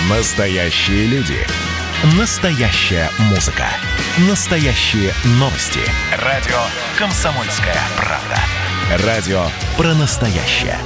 Настоящие люди. Настоящая музыка. Настоящие новости. Радио «Комсомольская правда». Радио про настоящее.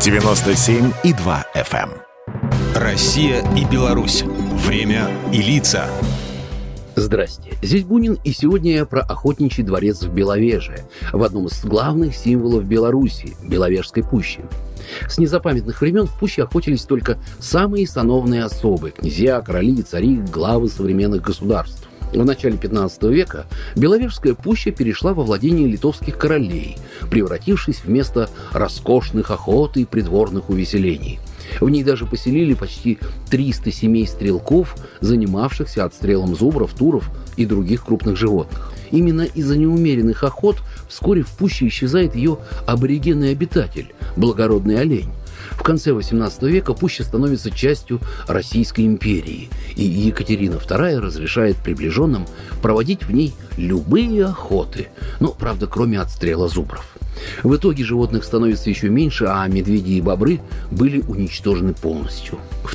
97,2 FM. Россия и Беларусь. Время и лица. Здрасте, здесь Бунин, и сегодня я про охотничий дворец в Беловеже, в одном из главных символов Беларуси – Беловежской пущи. С незапамятных времен в пуще охотились только самые сановные особы – князья, короли, цари, главы современных государств. В начале 15 века Беловежская пуща перешла во владение литовских королей, превратившись в место роскошных охот и придворных увеселений. В ней даже поселили почти 300 семей стрелков, занимавшихся отстрелом зубров, туров и других крупных животных. Именно из-за неумеренных охот вскоре в пуще исчезает ее аборигенный обитатель – благородный олень. В конце XVIII века пуща становится частью Российской империи, и Екатерина II разрешает приближенным проводить в ней любые охоты, но, правда, кроме отстрела зубров. В итоге животных становится еще меньше, а медведи и бобры были уничтожены полностью. В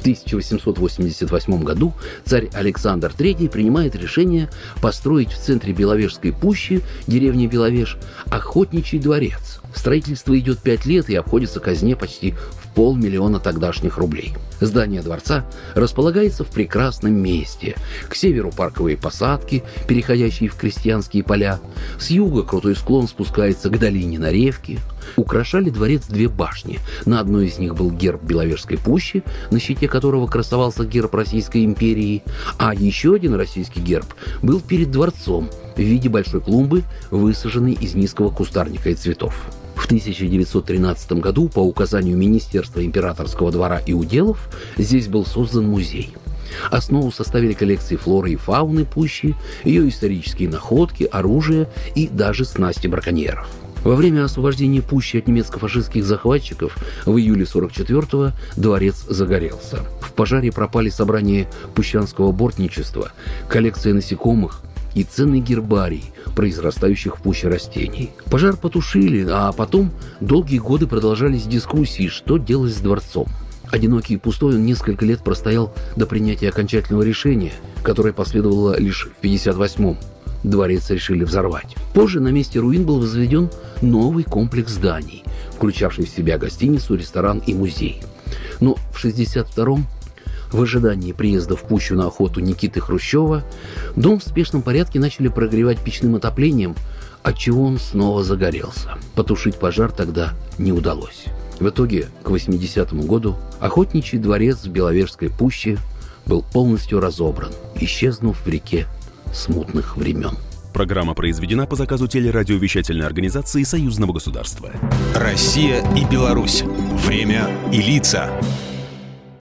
1888 году царь Александр III принимает решение построить в центре Беловежской пущи, деревни Беловеж, охотничий дворец. Строительство идет 5 лет и обходится казне почти в 500 000 тогдашних рублей. Здание дворца располагается в прекрасном месте. К северу парковые посадки, переходящие в крестьянские поля. С юга крутой склон спускается к долине Наревки. Украшали дворец 2 башни. На одной из них был герб Беловежской пущи, на щите которого красовался герб Российской империи, а еще один российский герб был перед дворцом в виде большой клумбы, высаженной из низкого кустарника и цветов. В 1913 году по указанию Министерства императорского двора и уделов здесь был создан музей. Основу составили коллекции флоры и фауны пущи, ее исторические находки, оружие и даже снасти браконьеров. Во время освобождения пущи от немецко-фашистских захватчиков в июле 1944-го дворец загорелся. В пожаре пропали собрания пущанского бортничества, коллекция насекомых и ценный гербарий произрастающих в пуще растений. Пожар потушили, а потом долгие годы продолжались дискуссии, что делать с дворцом. Одинокий и пустой он несколько лет простоял до принятия окончательного решения, которое последовало лишь в 1958-м. Дворец решили взорвать. Позже на месте руин был возведен новый комплекс зданий, включавший в себя гостиницу, ресторан и музей. Но в 1962-м, в ожидании приезда в пущу на охоту Никиты Хрущева, дом в спешном порядке начали прогревать печным отоплением, отчего он снова загорелся. Потушить пожар тогда не удалось. В итоге, к 80-му году, охотничий дворец в Беловежской пуще был полностью разобран, исчезнув в реке смутных времен. Программа произведена по заказу телерадиовещательной организации Союзного государства. Россия и Беларусь. Время и лица.